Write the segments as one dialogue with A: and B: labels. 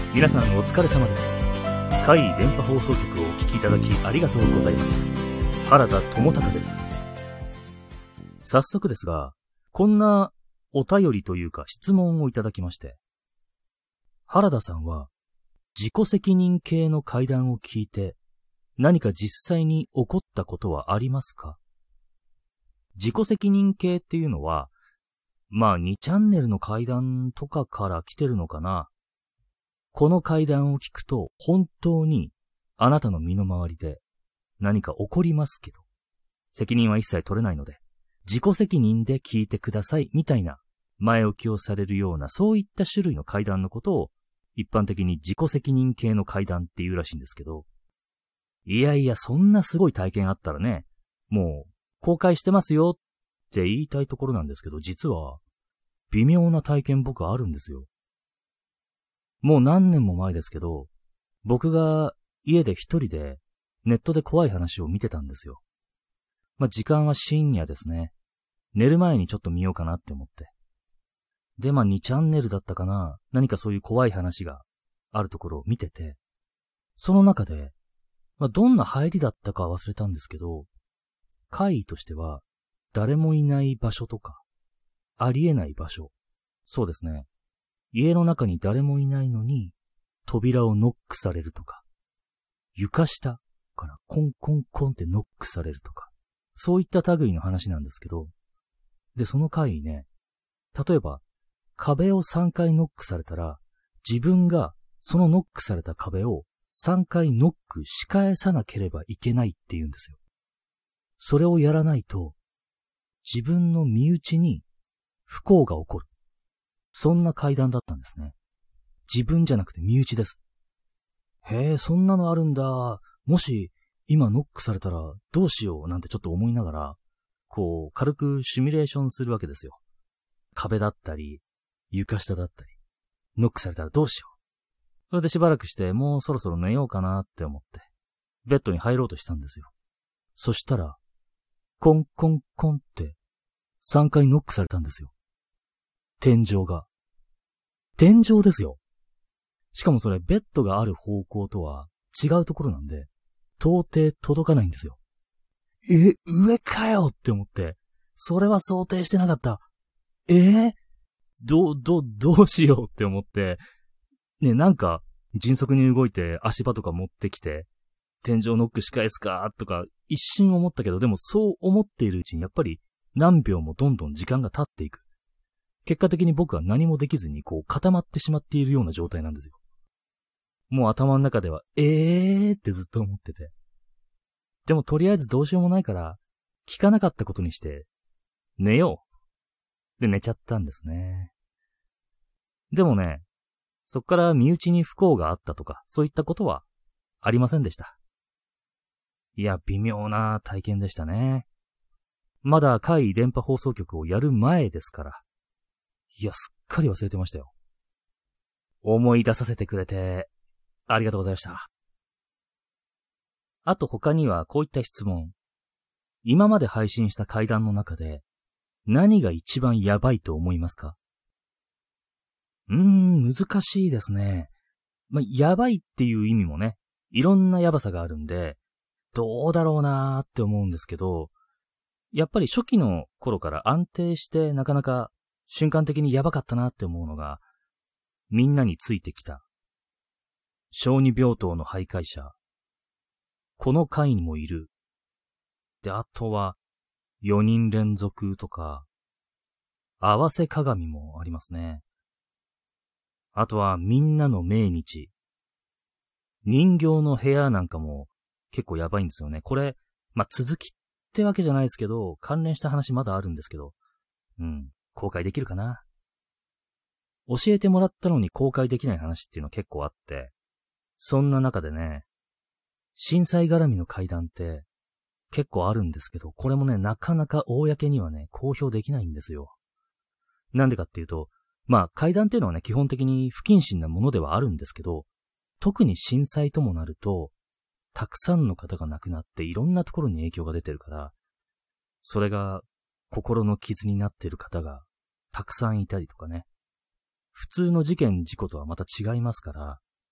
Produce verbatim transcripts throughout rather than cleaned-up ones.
A: 皆さんお疲れ様です。怪異電波放送局をお聞きいただきありがとうございます。原田智隆です。早速ですが、こんなお便りというか質問をいただきまして、原田さんは自己責任系の怪談を聞いて何か実際に起こったことはありますか？自己責任系っていうのは、まあにチャンネルの怪談とかから来てるのかな。この怪談を聞くと本当にあなたの身の回りで何か起こりますけど、責任は一切取れないので自己責任で聞いてくださいみたいな前置きをされるようなそういった種類の怪談のことを一般的に自己責任系の怪談っていうらしいんですけど、いやいやそんなすごい体験あったらね、もう公開してますよって言いたいところなんですけど、実は微妙な体験僕あるんですよ。もう何年も前ですけど、僕が家で一人でネットで怖い話を見てたんですよ。まあ、時間は深夜ですね。寝る前にちょっと見ようかなって思って。で、まあにチャンネルだったかな、何かそういう怖い話があるところを見てて、その中で、まあ、どんな入りだったか忘れたんですけど、怪異としては誰もいない場所とか、ありえない場所。そうですね。家の中に誰もいないのに扉をノックされるとか、床下からコンコンコンってノックされるとか、そういった類の話なんですけど、で、その怪異ね、例えば壁をさんかいノックされたら、自分がそのノックされた壁をさんかいノックし返さなければいけないっていうんですよ。それをやらないと、自分の身内に不幸が起こる。そんな怪談だったんですね。自分じゃなくて身内です。へえ、そんなのあるんだ。もし今ノックされたらどうしようなんてちょっと思いながら、こう軽くシミュレーションするわけですよ。壁だったり、床下だったり、ノックされたらどうしよう。それでしばらくしてもうそろそろ寝ようかなって思って、ベッドに入ろうとしたんですよ。そしたら、コンコンコンってさんかいノックされたんですよ。天井が。天井ですよ。しかもそれベッドがある方向とは違うところなんで、到底届かないんですよ。え、上かよって思って、それは想定してなかった。えー、ど、ど、どうしようって思って、ね、なんか迅速に動いて足場とか持ってきて、天井ノックし返すかとか一瞬思ったけど、でもそう思っているうちにやっぱり何秒もどんどん時間が経っていく。結果的に僕は何もできずにこう固まってしまっているような状態なんですよ。もう頭の中では、えーってずっと思ってて。でもとりあえずどうしようもないから、聞かなかったことにして、寝よう。で寝ちゃったんですね。でもね、そっから身内に不幸があったとか、そういったことはありませんでした。いや、微妙な体験でしたね。まだ怪異電波放送局をやる前ですから。いや、すっかり忘れてましたよ。思い出させてくれて、ありがとうございました。あと他にはこういった質問。今まで配信した怪談の中で、何が一番やばいと思いますか？うーん、難しいですね。まあ、やばいっていう意味もね、いろんなやばさがあるんで、どうだろうなーって思うんですけど、やっぱり初期の頃から安定してなかなか瞬間的にやばかったなって思うのが、みんなについてきた。小児病棟の徘徊者。この階にもいる。で、あとは、よにん連続とか、合わせ鏡もありますね。あとは、みんなの命日。人形の部屋なんかも結構やばいんですよね。これ、まあ、続きってわけじゃないですけど、関連した話まだあるんですけど、うん、公開できるかな。教えてもらったのに公開できない話っていうの結構あって、そんな中でね、震災絡みの怪談って結構あるんですけど、これもね、なかなか公にはね、公表できないんですよ。なんでかっていうと、まあ怪談っていうのはね、基本的に不謹慎なものではあるんですけど、特に震災ともなると、たくさんの方が亡くなっていろんなところに影響が出てるから、それが心の傷になっている方がたくさんいたりとかね、普通の事件事故とはまた違いますから、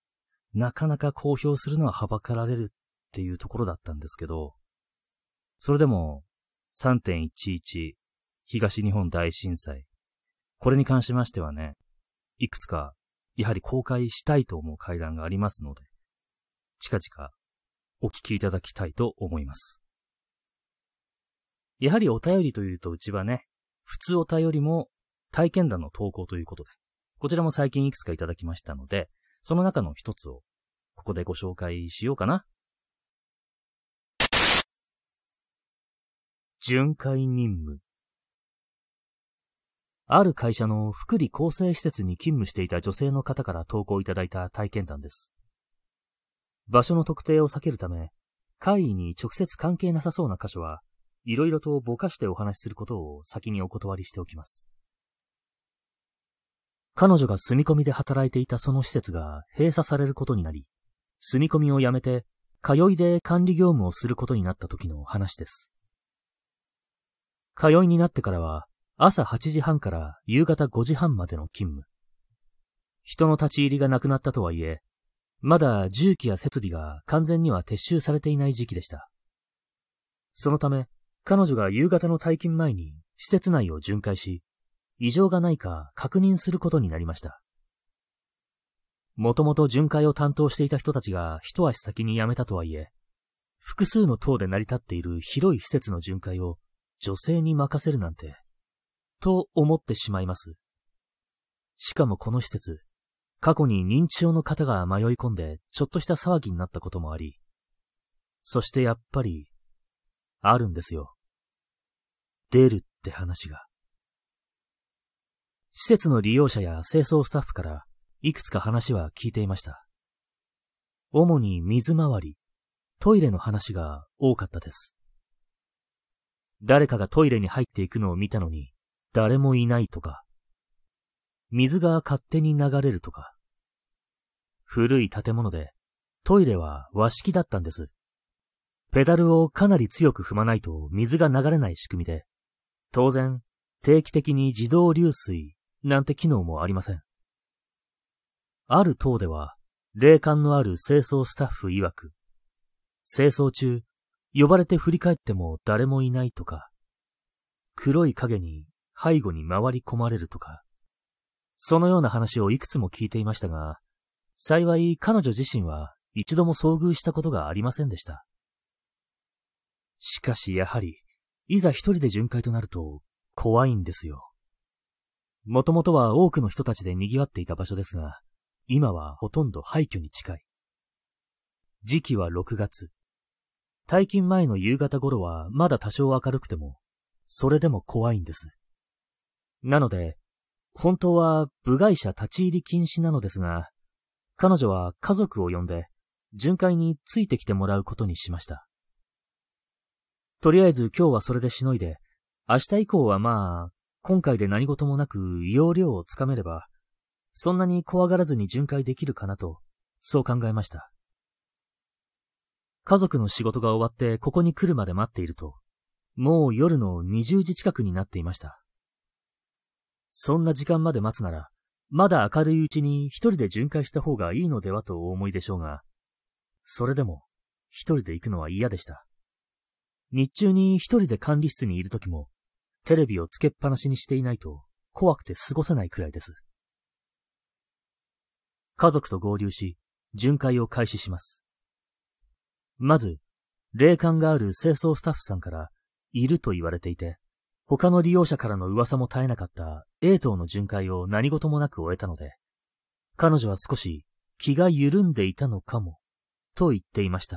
A: なかなか公表するのははばかられるっていうところだったんですけど、それでも さんてんいちいち 東日本大震災、これに関しましてはね、いくつかやはり公開したいと思う会談がありますので、近々お聞きいただきたいと思います。やはりお便りというとうちはね、普通お便りも体験談の投稿ということで、こちらも最近いくつかいただきましたので、その中の一つをここでご紹介しようかな。巡回任務。ある会社の福利厚生施設に勤務していた女性の方から投稿いただいた体験談です。場所の特定を避けるため、会議に直接関係なさそうな箇所は、いろいろとぼかしてお話しすることを先にお断りしておきます。彼女が住み込みで働いていたその施設が閉鎖されることになり、住み込みをやめて、通いで管理業務をすることになった時の話です。通いになってからは、朝はちじはんから夕方ごじはんまでの勤務。人の立ち入りがなくなったとはいえ、まだ重機や設備が完全には撤収されていない時期でした。そのため、彼女が夕方の退勤前に施設内を巡回し、異常がないか確認することになりました。もともと巡回を担当していた人たちが一足先に辞めたとはいえ、複数の棟で成り立っている広い施設の巡回を女性に任せるなんて、と思ってしまいます。しかもこの施設、過去に認知症の方が迷い込んでちょっとした騒ぎになったこともあり、そしてやっぱり、あるんですよ。出るって話が。施設の利用者や清掃スタッフからいくつか話は聞いていました。主に水回り、トイレの話が多かったです。誰かがトイレに入っていくのを見たのに誰もいないとか、水が勝手に流れるとか、古い建物でトイレは和式だったんです。ペダルをかなり強く踏まないと水が流れない仕組みで、当然定期的に自動流水なんて機能もありません。ある棟では霊感のある清掃スタッフ曰く、清掃中呼ばれて振り返っても誰もいないとか、黒い影に背後に回り込まれるとか、そのような話をいくつも聞いていましたが、幸い彼女自身は一度も遭遇したことがありませんでした。しかしやはり、いざ一人で巡回となると怖いんですよ。もともとは多くの人たちで賑わっていた場所ですが、今はほとんど廃墟に近い。時期はろくがつ。退勤前の夕方頃はまだ多少明るくても、それでも怖いんです。なので、本当は部外者立ち入り禁止なのですが、彼女は家族を呼んで巡回についてきてもらうことにしました。とりあえず今日はそれでしのいで、明日以降はまあ、今回で何事もなく要領をつかめれば、そんなに怖がらずに巡回できるかなと、そう考えました。家族の仕事が終わってここに来るまで待っていると、もう夜のにじゅうじ近くになっていました。そんな時間まで待つなら、まだ明るいうちに一人で巡回した方がいいのではとお思いでしょうが、それでも一人で行くのは嫌でした。日中に一人で管理室にいるときも、テレビをつけっぱなしにしていないと怖くて過ごせないくらいです。家族と合流し、巡回を開始します。まず、霊感がある清掃スタッフさんからいると言われていて、他の利用者からの噂も絶えなかった A 棟の巡回を何事もなく終えたので、彼女は少し気が緩んでいたのかも、と言っていました。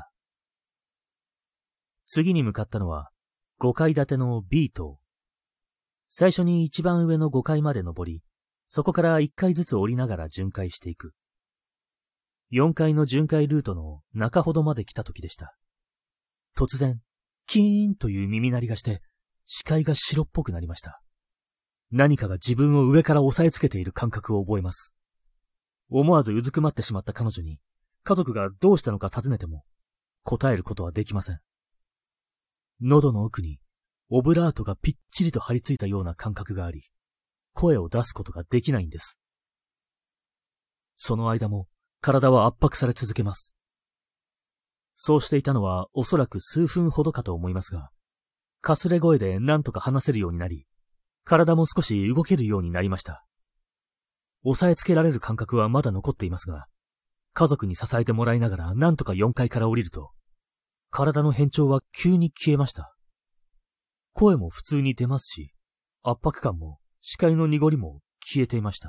A: 次に向かったのはごかい建ての B 棟。最初に一番上のごかいまで登り、そこからいっかいずつ降りながら巡回していく。よんかいの巡回ルートの中ほどまで来た時でした。突然、キーンという耳鳴りがして、視界が白っぽくなりました。何かが自分を上から押さえつけている感覚を覚えます。思わずうずくまってしまった彼女に、家族がどうしたのか尋ねても、答えることはできません。喉の奥に、オブラートがぴっちりと張り付いたような感覚があり、声を出すことができないんです。その間も、 体は圧迫され続けます。そうしていたのはおそらく数分ほどかと思いますが、かすれ声で何とか話せるようになり、体も少し動けるようになりました。押さえつけられる感覚はまだ残っていますが、家族に支えてもらいながら何とかよんかいから降りると、体の変調は急に消えました。声も普通に出ますし、圧迫感も視界の濁りも消えていました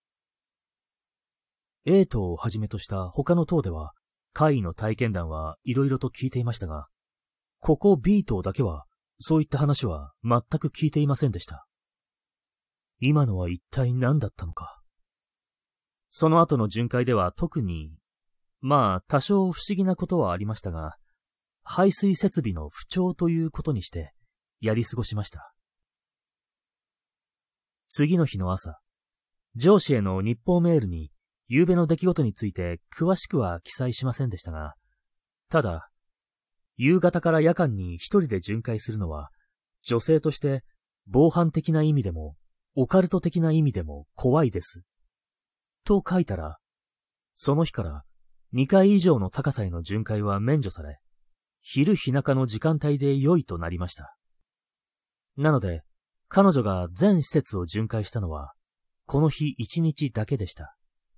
A: 。A 棟をはじめとした他の棟では、怪異の体験談はいろいろと聞いていましたが、ここ B 棟だけはそういった話は全く聞いていませんでした。今のは一体何だったのか。その後の巡回では特に、まあ多少不思議なことはありましたが、排水設備の不調ということにしてやり過ごしました。次の日の朝、上司への日報メールに夕べの出来事について詳しくは記載しませんでしたが、ただ、夕方から夜間に一人で巡回するのは、女性として防犯的な意味でも、オカルト的な意味でも怖いです。と書いたら、その日からにかい以上の高さへの巡回は免除され、昼日中の時間帯で良いとなりました。なので、彼女が全施設を巡回したのは、この日一日だけでした。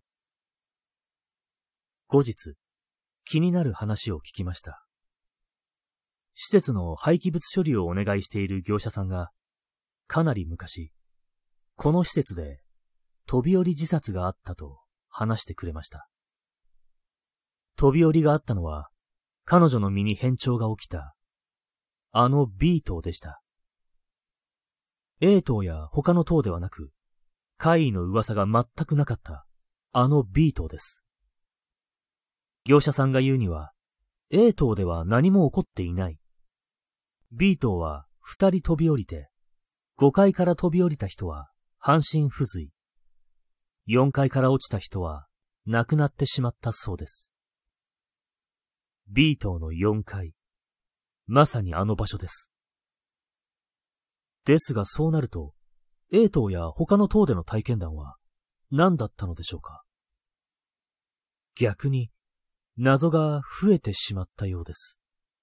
A: 後日、気になる話を聞きました。施設の廃棄物処理をお願いしている業者さんが、かなり昔、この施設で飛び降り自殺があったと話してくれました。飛び降りがあったのは、彼女の身に変調が起きた、あの B 棟でした。A 棟や他の棟ではなく、怪異の噂が全くなかった、あの B 棟です。業者さんが言うには、A 棟では何も起こっていない。B 棟は二人飛び降りて、ごかいから飛び降りた人は半身不随。よんかいから落ちた人は亡くなってしまったそうです。B 棟のよんかい。まさにあの場所です。ですがそうなると、A 棟や他の棟での体験談は何だったのでしょうか。逆に謎が増えてしまったようです。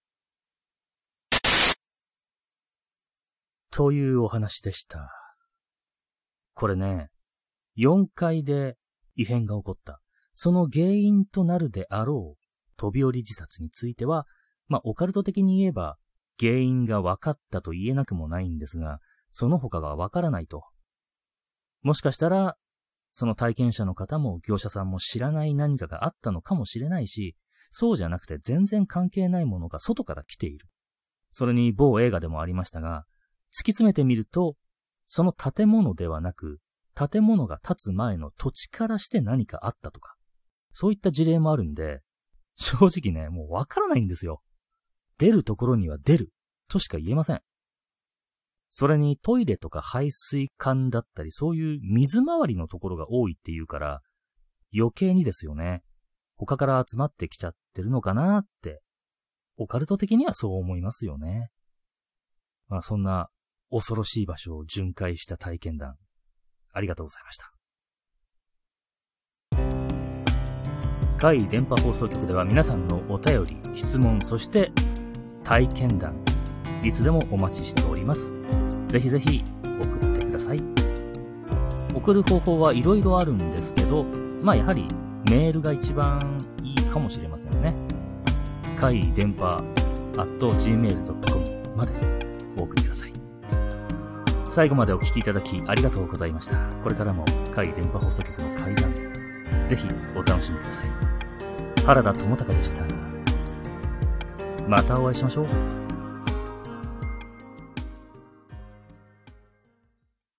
A: というお話でした。これね、よんかいで異変が起こった。その原因となるであろう飛び降り自殺については、まあ、オカルト的に言えば原因が分かったと言えなくもないんですが、その他が分からないと。もしかしたら、その体験者の方も業者さんも知らない何かがあったのかもしれないし、そうじゃなくて全然関係ないものが外から来ている。それに某映画でもありましたが、突き詰めてみると、その建物ではなく、建物が建つ前の土地からして何かあったとか、そういった事例もあるんで、正直ね、もうわからないんですよ。出るところには出るとしか言えません。それにトイレとか排水管だったり、そういう水回りのところが多いっていうから、余計にですよね。他から集まってきちゃってるのかなって、オカルト的にはそう思いますよね。まあそんな恐ろしい場所を巡回した体験談、ありがとうございました。怪異電波放送局では皆さんのお便り、質問、そして体験談、いつでもお待ちしております。ぜひぜひ送ってください。送る方法はいろいろあるんですけど、まあやはりメールが一番いいかもしれませんね。怪異電波 アットジーメールドットコム までお送りください。最後までお聞きいただきありがとうございました。これからも怪異電波放送局の怪談、ぜひお楽しみください。原田智隆でした。またお会いしましょう。